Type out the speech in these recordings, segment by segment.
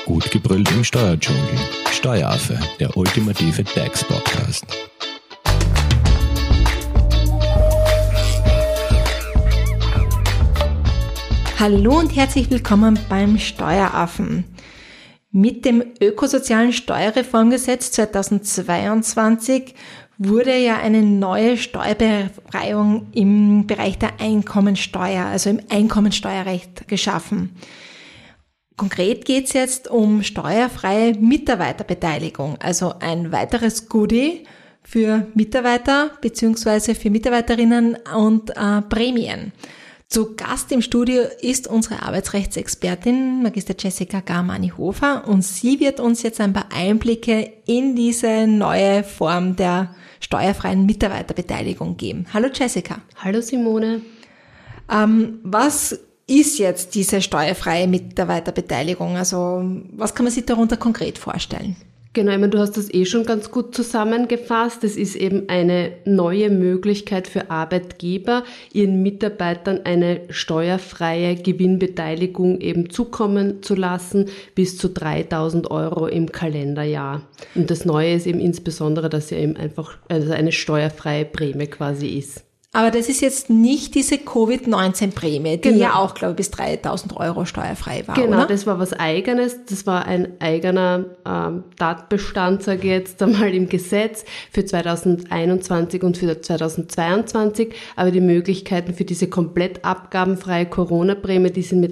Gut gebrüllt im Steuerdschungel. Steueraffe, der ultimative Tax-Podcast. Hallo und herzlich willkommen beim Steueraffen. Mit dem ökosozialen Steuerreformgesetz 2022 wurde ja eine neue Steuerbefreiung im Bereich der Einkommensteuer, also im Einkommensteuerrecht geschaffen. Konkret geht es jetzt um steuerfreie Mitarbeiterbeteiligung, also ein weiteres Goodie für Mitarbeiter bzw. für Mitarbeiterinnen und Prämien. Zu Gast im Studio ist unsere Arbeitsrechtsexpertin Magister Jessica Garmani-Hofer und sie wird uns jetzt ein paar Einblicke in diese neue Form der steuerfreien Mitarbeiterbeteiligung geben. Hallo Jessica. Hallo Simone. Was ist jetzt diese steuerfreie Mitarbeiterbeteiligung? Also was kann man sich darunter konkret vorstellen? Genau, ich meine, du hast das schon ganz gut zusammengefasst. Es ist eben eine neue Möglichkeit für Arbeitgeber, ihren Mitarbeitern eine steuerfreie Gewinnbeteiligung eben zukommen zu lassen, bis zu 3.000 Euro im Kalenderjahr. Und das Neue ist eben insbesondere, dass ja eben einfach eine steuerfreie Prämie quasi ist. Aber das ist jetzt nicht diese Covid-19-Prämie, die genau. ja auch, glaube ich, bis 3.000 Euro steuerfrei war, Genau, oder? das war was Eigenes. Das war ein eigener Tatbestand, sage ich jetzt einmal, im Gesetz für 2021 und für 2022. Aber die Möglichkeiten für diese komplett abgabenfreie Corona-Prämie, die sind mit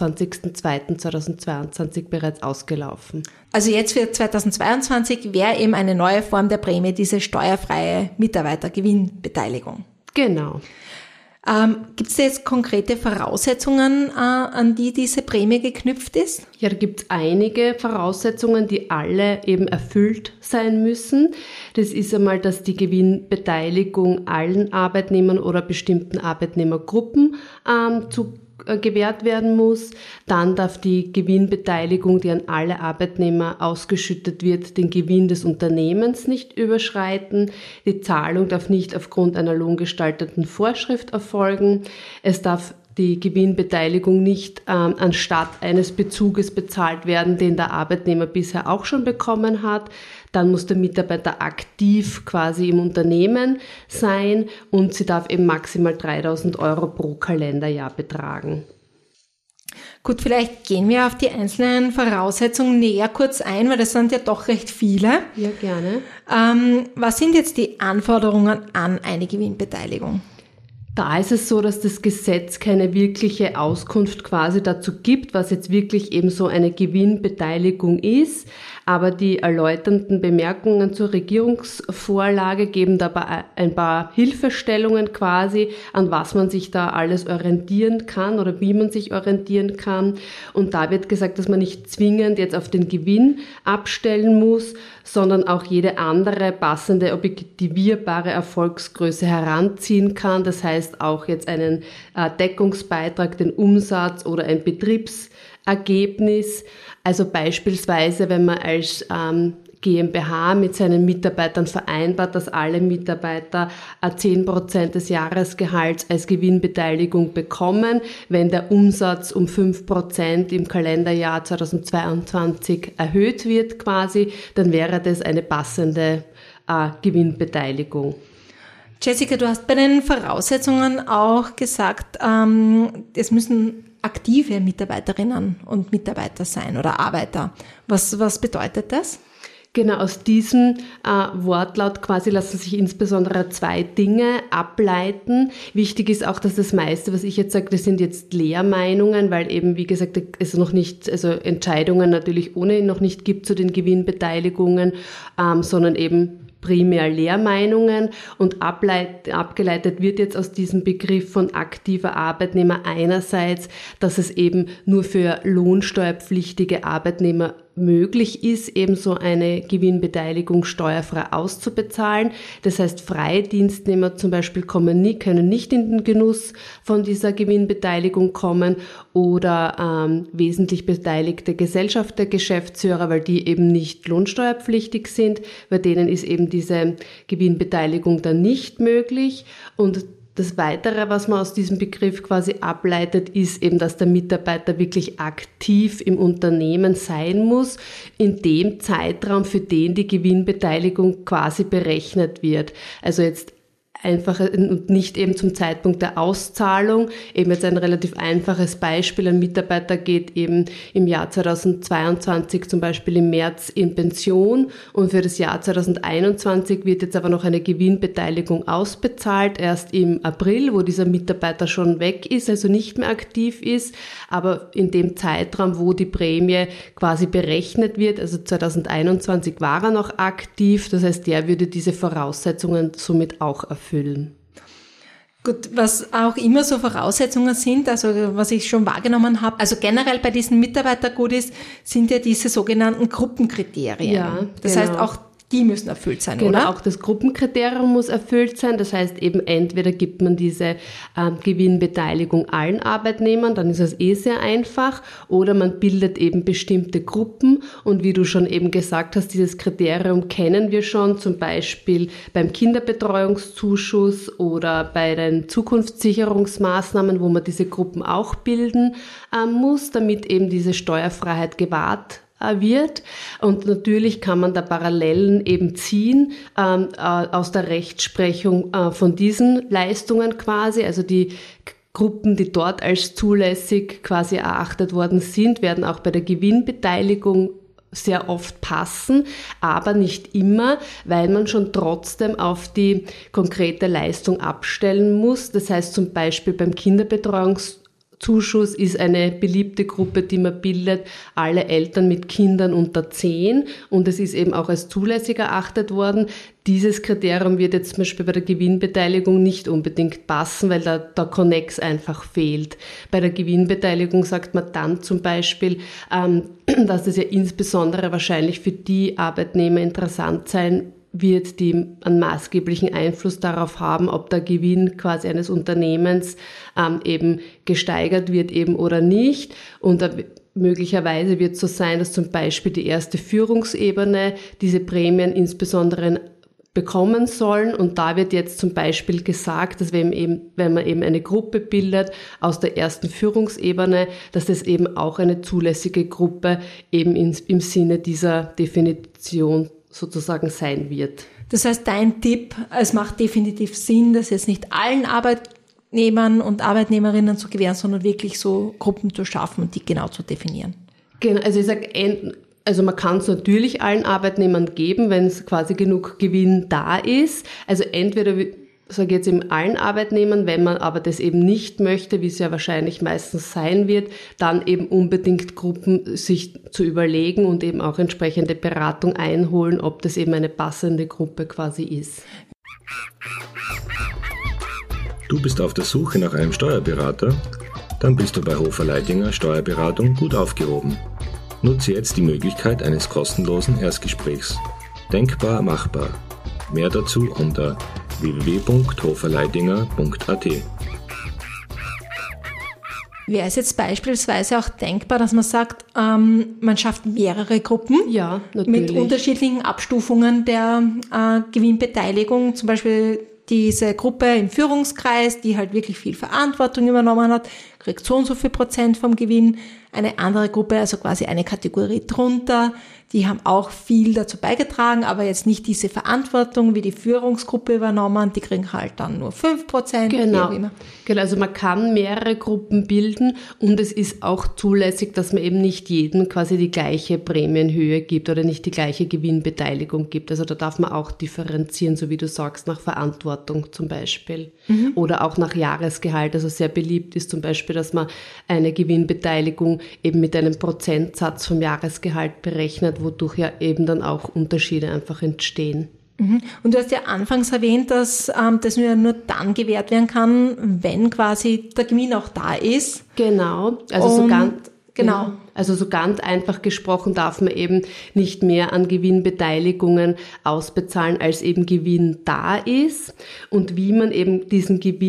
28.02.2022 bereits ausgelaufen. Also jetzt für 2022 wäre eben eine neue Form der Prämie diese steuerfreie Mitarbeitergewinnbeteiligung. Genau. Gibt es da jetzt konkrete Voraussetzungen, an die diese Prämie geknüpft ist? Ja, da gibt es einige Voraussetzungen, die alle eben erfüllt sein müssen. Das ist einmal, dass die Gewinnbeteiligung allen Arbeitnehmern oder bestimmten Arbeitnehmergruppen gewährt werden muss. Dann darf die Gewinnbeteiligung, die an alle Arbeitnehmer ausgeschüttet wird, den Gewinn des Unternehmens nicht überschreiten. Die Zahlung darf nicht aufgrund einer lohngestalteten Vorschrift erfolgen. Es darf die Gewinnbeteiligung nicht anstatt eines Bezuges bezahlt werden, den der Arbeitnehmer bisher auch schon bekommen hat. Dann muss der Mitarbeiter aktiv quasi im Unternehmen sein und sie darf eben maximal 3.000 Euro pro Kalenderjahr betragen. Gut, vielleicht gehen wir auf die einzelnen Voraussetzungen näher kurz ein, weil das sind ja doch recht viele. Ja, gerne. Was sind jetzt die Anforderungen an eine Gewinnbeteiligung? Da ist es so, dass das Gesetz keine wirkliche Auskunft quasi dazu gibt, was jetzt wirklich eben so eine Gewinnbeteiligung ist. Aber die erläuternden Bemerkungen zur Regierungsvorlage geben dabei ein paar Hilfestellungen quasi, an was man sich da alles orientieren kann oder wie man sich orientieren kann. Und da wird gesagt, dass man nicht zwingend jetzt auf den Gewinn abstellen muss, sondern auch jede andere passende, objektivierbare Erfolgsgröße heranziehen kann. Das heißt auch jetzt einen Deckungsbeitrag, den Umsatz oder ein Betriebsergebnis. Also beispielsweise, wenn man als GmbH mit seinen Mitarbeitern vereinbart, dass alle Mitarbeiter 10% des Jahresgehalts als Gewinnbeteiligung bekommen. Wenn der Umsatz um 5% im Kalenderjahr 2022 erhöht wird quasi, dann wäre das eine passende Gewinnbeteiligung. Jessica, du hast bei den Voraussetzungen auch gesagt, es müssen aktive Mitarbeiterinnen und Mitarbeiter sein oder Arbeiter. Was bedeutet das? Genau, aus diesem Wortlaut quasi lassen sich insbesondere zwei Dinge ableiten. Wichtig ist auch, dass das meiste, was ich jetzt sage, das sind jetzt Lehrmeinungen, weil eben, wie gesagt, es noch nicht, also Entscheidungen natürlich ohnehin noch nicht gibt zu den Gewinnbeteiligungen, sondern eben primär Lehrmeinungen und abgeleitet wird jetzt aus diesem Begriff von aktiver Arbeitnehmer einerseits, dass es eben nur für lohnsteuerpflichtige Arbeitnehmer möglich ist, eben so eine Gewinnbeteiligung steuerfrei auszubezahlen. Das heißt, Freidienstnehmer zum Beispiel können nicht in den Genuss von dieser Gewinnbeteiligung kommen oder wesentlich beteiligte Gesellschafter, Geschäftsführer, weil die eben nicht lohnsteuerpflichtig sind. Bei denen ist eben diese Gewinnbeteiligung dann nicht möglich. Und Das Weitere, was man aus diesem Begriff quasi ableitet, ist eben, dass der Mitarbeiter wirklich aktiv im Unternehmen sein muss, in dem Zeitraum, für den die Gewinnbeteiligung quasi berechnet wird. Also jetzt einfach und nicht eben zum Zeitpunkt der Auszahlung. Eben jetzt ein relativ einfaches Beispiel. Ein Mitarbeiter geht eben im Jahr 2022 zum Beispiel im März in Pension und für das Jahr 2021 wird jetzt aber noch eine Gewinnbeteiligung ausbezahlt, erst im April, wo dieser Mitarbeiter schon weg ist, also nicht mehr aktiv ist, aber in dem Zeitraum, wo die Prämie quasi berechnet wird, also 2021 war er noch aktiv, das heißt, der würde diese Voraussetzungen somit auch erfüllen. Gut, was auch immer so Voraussetzungen sind, also was ich schon wahrgenommen habe, also generell bei diesen Mitarbeitergut ist, sind ja diese sogenannten Gruppenkriterien. Ja, das heißt, auch die müssen erfüllt sein, genau, oder? Auch das Gruppenkriterium muss erfüllt sein. Das heißt eben, entweder gibt man diese Gewinnbeteiligung allen Arbeitnehmern, dann ist es sehr einfach, oder man bildet eben bestimmte Gruppen. Und wie du schon eben gesagt hast, dieses Kriterium kennen wir schon, zum Beispiel beim Kinderbetreuungszuschuss oder bei den Zukunftssicherungsmaßnahmen, wo man diese Gruppen auch bilden muss, damit eben diese Steuerfreiheit gewahrt wird. Und natürlich kann man da Parallelen eben ziehen aus der Rechtsprechung von diesen Leistungen quasi. Also die Gruppen, die dort als zulässig quasi erachtet worden sind, werden auch bei der Gewinnbeteiligung sehr oft passen, aber nicht immer, weil man schon trotzdem auf die konkrete Leistung abstellen muss. Das heißt zum Beispiel beim Kinderbetreuungszuschuss ist eine beliebte Gruppe, die man bildet, alle Eltern mit Kindern unter 10 und es ist eben auch als zulässig erachtet worden. Dieses Kriterium wird jetzt zum Beispiel bei der Gewinnbeteiligung nicht unbedingt passen, weil der Konnex einfach fehlt. Bei der Gewinnbeteiligung sagt man dann zum Beispiel, dass es ja insbesondere wahrscheinlich für die Arbeitnehmer interessant sein wird, die einen maßgeblichen Einfluss darauf haben, ob der Gewinn quasi eines Unternehmens eben gesteigert wird eben oder nicht. Und möglicherweise wird es so sein, dass zum Beispiel die erste Führungsebene diese Prämien insbesondere bekommen sollen. Und da wird jetzt zum Beispiel gesagt, dass wenn man eben eine Gruppe bildet aus der ersten Führungsebene, dass das eben auch eine zulässige Gruppe eben im Sinne dieser Definition sozusagen sein wird. Das heißt, dein Tipp, es macht definitiv Sinn, das jetzt nicht allen Arbeitnehmern und Arbeitnehmerinnen zu gewähren, sondern wirklich so Gruppen zu schaffen und die genau zu definieren. Genau, also ich sage, also man kann es natürlich allen Arbeitnehmern geben, wenn es quasi genug Gewinn da ist. Also entweder, sage ich jetzt eben allen Arbeitnehmern, wenn man aber das eben nicht möchte, wie es ja wahrscheinlich meistens sein wird, dann eben unbedingt Gruppen sich zu überlegen und eben auch entsprechende Beratung einholen, ob das eben eine passende Gruppe quasi ist. Du bist auf der Suche nach einem Steuerberater? Dann bist du bei Hofer Leidinger Steuerberatung gut aufgehoben. Nutze jetzt die Möglichkeit eines kostenlosen Erstgesprächs. Denkbar machbar. Mehr dazu unter www.hoferleidinger.at. Wäre es jetzt beispielsweise auch denkbar, dass man sagt, man schafft mehrere Gruppen mit unterschiedlichen Abstufungen der Gewinnbeteiligung, zum Beispiel diese Gruppe im Führungskreis, die halt wirklich viel Verantwortung übernommen hat, kriegt so und so viel Prozent vom Gewinn. Eine andere Gruppe, also quasi eine Kategorie drunter, die haben auch viel dazu beigetragen, aber jetzt nicht diese Verantwortung wie die Führungsgruppe übernommen, die kriegen halt dann nur 5%. Genau, also man kann mehrere Gruppen bilden und es ist auch zulässig, dass man eben nicht jedem quasi die gleiche Prämienhöhe gibt oder nicht die gleiche Gewinnbeteiligung gibt. Also da darf man auch differenzieren, so wie du sagst, nach Verantwortung zum Beispiel oder auch nach Jahresgehalt. Also sehr beliebt ist zum Beispiel, dass man eine Gewinnbeteiligung eben mit einem Prozentsatz vom Jahresgehalt berechnet, wodurch ja eben dann auch Unterschiede einfach entstehen. Und du hast ja anfangs erwähnt, dass das nur dann gewährt werden kann, wenn quasi der Gewinn auch da ist. Genau, also so ganz einfach gesprochen darf man eben nicht mehr an Gewinnbeteiligungen ausbezahlen, als eben Gewinn da ist. Und wie man eben diesen Gewinn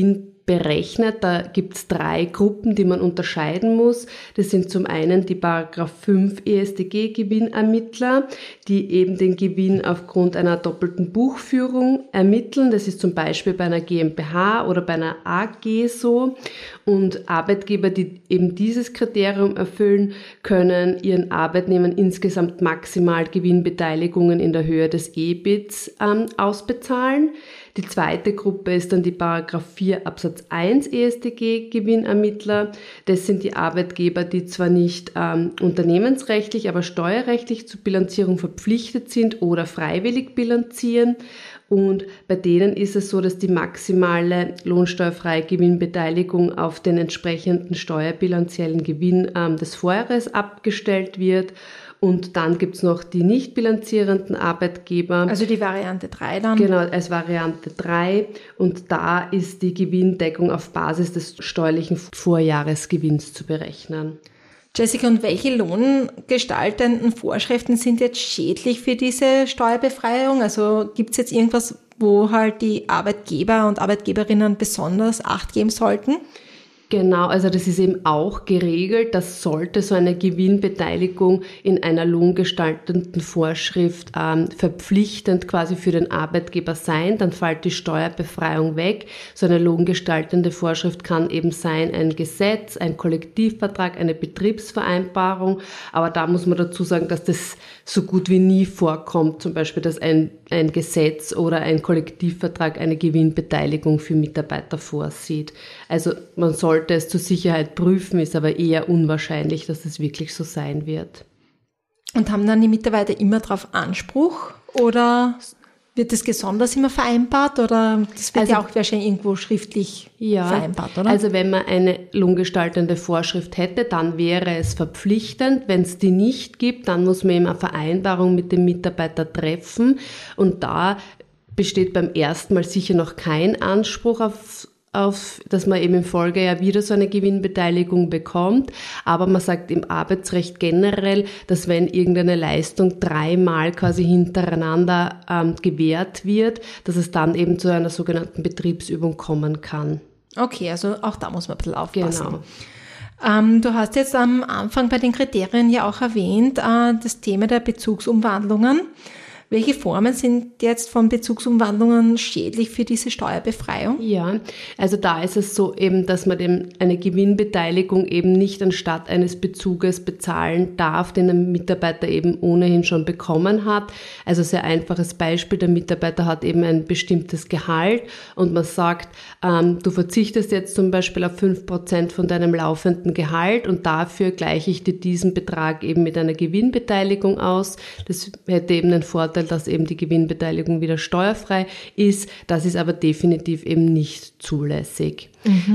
berechnet. Da gibt es 3 Gruppen, die man unterscheiden muss. Das sind zum einen die Paragraph 5 EStG-Gewinnermittler, die eben den Gewinn aufgrund einer doppelten Buchführung ermitteln. Das ist zum Beispiel bei einer GmbH oder bei einer AG so. Und Arbeitgeber, die eben dieses Kriterium erfüllen, können ihren Arbeitnehmern insgesamt maximal Gewinnbeteiligungen in der Höhe des EBITs ausbezahlen. Die zweite Gruppe ist dann die Paragraph 4 Absatz 1 EStG-Gewinnermittler. Das sind die Arbeitgeber, die zwar nicht unternehmensrechtlich, aber steuerrechtlich zur Bilanzierung verpflichtet sind oder freiwillig bilanzieren. Und bei denen ist es so, dass die maximale lohnsteuerfreie Gewinnbeteiligung auf den entsprechenden steuerbilanziellen Gewinn des Vorjahres abgestellt wird. Und dann gibt's noch die nicht bilanzierenden Arbeitgeber. Also die Variante 3 dann? Genau, als Variante 3. Und da ist die Gewinndeckung auf Basis des steuerlichen Vorjahresgewinns zu berechnen. Jessica, und welche lohngestaltenden Vorschriften sind jetzt schädlich für diese Steuerbefreiung? Also gibt's jetzt irgendwas, wo halt die Arbeitgeber und Arbeitgeberinnen besonders Acht geben sollten? Genau, also das ist eben auch geregelt, dass sollte so eine Gewinnbeteiligung in einer lohngestaltenden Vorschrift verpflichtend quasi für den Arbeitgeber sein, dann fällt die Steuerbefreiung weg. So eine lohngestaltende Vorschrift kann eben sein ein Gesetz, ein Kollektivvertrag, eine Betriebsvereinbarung, aber da muss man dazu sagen, dass das so gut wie nie vorkommt, zum Beispiel, dass ein Gesetz oder ein Kollektivvertrag eine Gewinnbeteiligung für Mitarbeiter vorsieht. Also man sollte es zur Sicherheit prüfen, ist aber eher unwahrscheinlich, dass es wirklich so sein wird. Und haben dann die Mitarbeiter immer darauf Anspruch oder wird das besonders immer vereinbart oder das wird ja auch wahrscheinlich irgendwo schriftlich vereinbart, oder? Also wenn man eine lohngestaltende Vorschrift hätte, dann wäre es verpflichtend. Wenn es die nicht gibt, dann muss man eben eine Vereinbarung mit dem Mitarbeiter treffen und da besteht beim ersten Mal sicher noch kein Anspruch auf dass man eben im Folgejahr wieder so eine Gewinnbeteiligung bekommt. Aber man sagt im Arbeitsrecht generell, dass wenn irgendeine Leistung 3-mal quasi hintereinander gewährt wird, dass es dann eben zu einer sogenannten Betriebsübung kommen kann. Okay, also auch da muss man ein bisschen aufpassen. Genau. Du hast jetzt am Anfang bei den Kriterien ja auch erwähnt, das Thema der Bezugsumwandlungen. Welche Formen sind jetzt von Bezugsumwandlungen schädlich für diese Steuerbefreiung? Ja, also da ist es so eben, dass man dem eine Gewinnbeteiligung eben nicht anstatt eines Bezuges bezahlen darf, den ein Mitarbeiter eben ohnehin schon bekommen hat. Also sehr einfaches Beispiel, der Mitarbeiter hat eben ein bestimmtes Gehalt und man sagt, du verzichtest jetzt zum Beispiel auf 5% von deinem laufenden Gehalt und dafür gleiche ich dir diesen Betrag eben mit einer Gewinnbeteiligung aus. Das hätte eben den Vorteil, dass eben die Gewinnbeteiligung wieder steuerfrei ist. Das ist aber definitiv eben nicht zulässig.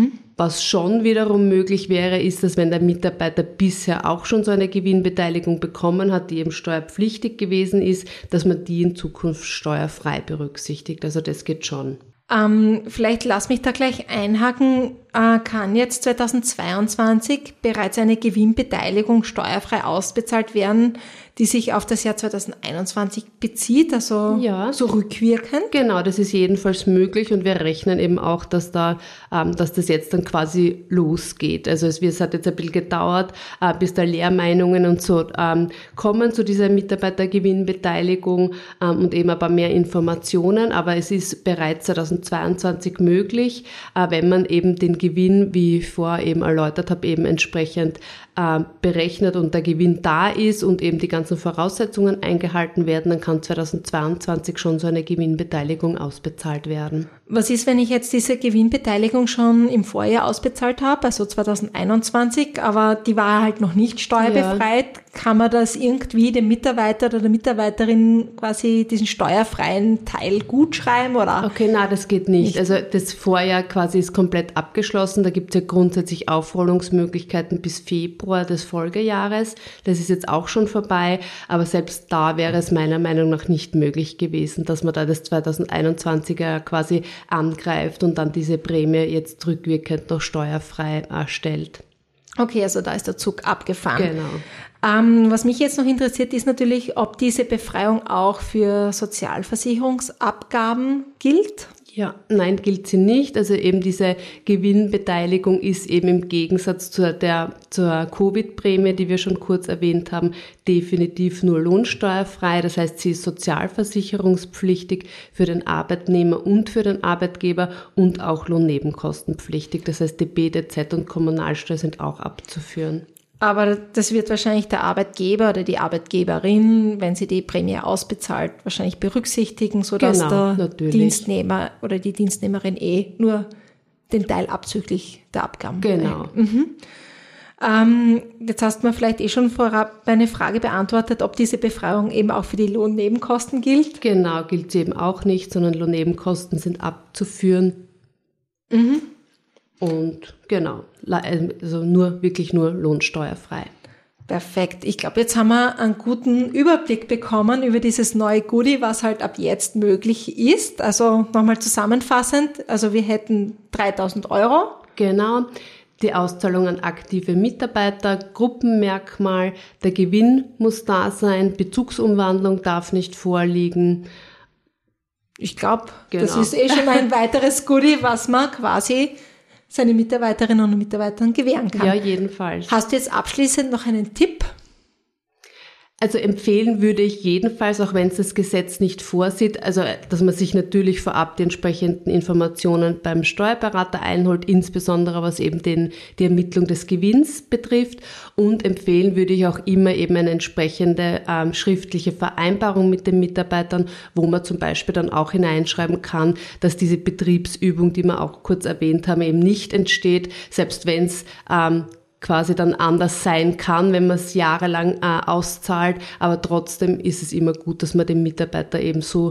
Was schon wiederum möglich wäre, ist, dass wenn der Mitarbeiter bisher auch schon so eine Gewinnbeteiligung bekommen hat, die eben steuerpflichtig gewesen ist, dass man die in Zukunft steuerfrei berücksichtigt. Also das geht schon. Vielleicht lass mich da gleich einhaken. Kann jetzt 2022 bereits eine Gewinnbeteiligung steuerfrei ausbezahlt werden, die sich auf das Jahr 2021 bezieht, also so rückwirkend? Genau, das ist jedenfalls möglich und wir rechnen eben auch, dass das jetzt dann quasi losgeht. Also es hat jetzt ein bisschen gedauert, bis da Lehrmeinungen und so kommen zu dieser Mitarbeitergewinnbeteiligung und eben ein paar mehr Informationen, aber es ist bereits 2022 möglich, wenn man eben den Gewinn, wie ich vorher eben erläutert habe, eben entsprechend berechnet und der Gewinn da ist und eben die ganzen Voraussetzungen eingehalten werden, dann kann 2022 schon so eine Gewinnbeteiligung ausbezahlt werden. Was ist, wenn ich jetzt diese Gewinnbeteiligung schon im Vorjahr ausbezahlt habe, also 2021, aber die war halt noch nicht steuerbefreit? Ja. Kann man das irgendwie dem Mitarbeiter oder der Mitarbeiterin quasi diesen steuerfreien Teil gut schreiben, oder? Okay, nein, das geht nicht. Also das Vorjahr quasi ist komplett abgeschlossen. Da gibt es ja grundsätzlich Aufrollungsmöglichkeiten bis Februar des Folgejahres. Das ist jetzt auch schon vorbei, aber selbst da wäre es meiner Meinung nach nicht möglich gewesen, dass man da das 2021er quasi angreift und dann diese Prämie jetzt rückwirkend noch steuerfrei erstellt. Okay, also da ist der Zug abgefahren. Genau. Was mich jetzt noch interessiert, ist natürlich, ob diese Befreiung auch für Sozialversicherungsabgaben gilt. Ja, nein, gilt sie nicht. Also eben diese Gewinnbeteiligung ist eben im Gegensatz zur Covid-Prämie, die wir schon kurz erwähnt haben, definitiv nur lohnsteuerfrei. Das heißt, sie ist sozialversicherungspflichtig für den Arbeitnehmer und für den Arbeitgeber und auch lohnnebenkostenpflichtig. Das heißt, die BDZ und Kommunalsteuer sind auch abzuführen. Aber das wird wahrscheinlich der Arbeitgeber oder die Arbeitgeberin, wenn sie die Prämie ausbezahlt, wahrscheinlich berücksichtigen, sodass natürlich. Dienstnehmer oder die Dienstnehmerin nur den Teil abzüglich der Abgaben. Genau. Jetzt hast du mir vielleicht schon vorab eine Frage beantwortet, ob diese Befreiung eben auch für die Lohnnebenkosten gilt. Genau, gilt sie eben auch nicht, sondern Lohnnebenkosten sind abzuführen. Und genau, also wirklich nur lohnsteuerfrei. Perfekt. Ich glaube, jetzt haben wir einen guten Überblick bekommen über dieses neue Goodie, was halt ab jetzt möglich ist. Also nochmal zusammenfassend, also wir hätten 3.000 €. Genau. Die Auszahlung an aktive Mitarbeiter, Gruppenmerkmal, der Gewinn muss da sein, Bezugsumwandlung darf nicht vorliegen. Ich glaube, Das ist schon ein weiteres Goodie, was man quasi seine Mitarbeiterinnen und Mitarbeitern gewähren kann. Ja, jedenfalls. Hast du jetzt abschließend noch einen Tipp? Also empfehlen würde ich jedenfalls, auch wenn es das Gesetz nicht vorsieht, also dass man sich natürlich vorab die entsprechenden Informationen beim Steuerberater einholt, insbesondere was eben die Ermittlung des Gewinns betrifft. Und empfehlen würde ich auch immer eben eine entsprechende schriftliche Vereinbarung mit den Mitarbeitern, wo man zum Beispiel dann auch hineinschreiben kann, dass diese Betriebsübung, die wir auch kurz erwähnt haben, eben nicht entsteht, selbst wenn es quasi dann anders sein kann, wenn man es jahrelang auszahlt, aber trotzdem ist es immer gut, dass man dem Mitarbeiter eben so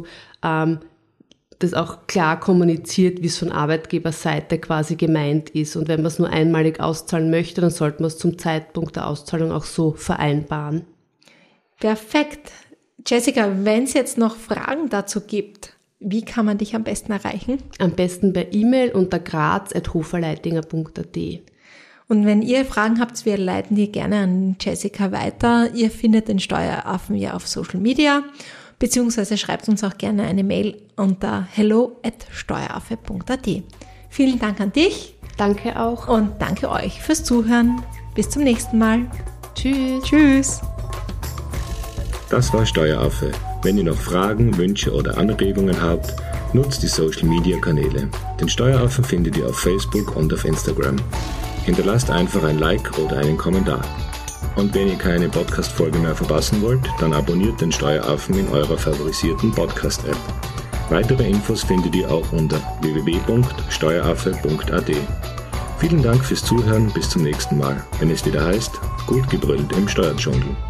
das auch klar kommuniziert, wie es von Arbeitgeberseite quasi gemeint ist. Und wenn man es nur einmalig auszahlen möchte, dann sollte man es zum Zeitpunkt der Auszahlung auch so vereinbaren. Perfekt. Jessica, wenn es jetzt noch Fragen dazu gibt, wie kann man dich am besten erreichen? Am besten per E-Mail unter graz@hoferleitinger.at. Und wenn ihr Fragen habt, wir leiten die gerne an Jessica weiter. Ihr findet den Steueraffen ja auf Social Media, beziehungsweise schreibt uns auch gerne eine Mail unter hello@steueraffe.at. Vielen Dank an dich. Danke auch. Und danke euch fürs Zuhören. Bis zum nächsten Mal. Tschüss. Tschüss. Das war Steueraffe. Wenn ihr noch Fragen, Wünsche oder Anregungen habt, nutzt die Social Media Kanäle. Den Steueraffen findet ihr auf Facebook und auf Instagram. Hinterlasst einfach ein Like oder einen Kommentar. Und wenn ihr keine Podcast-Folge mehr verpassen wollt, dann abonniert den Steueraffen in eurer favorisierten Podcast-App. Weitere Infos findet ihr auch unter www.steueraffe.at. Vielen Dank fürs Zuhören, bis zum nächsten Mal, wenn es wieder heißt, gut gebrüllt im Steuerdschungel.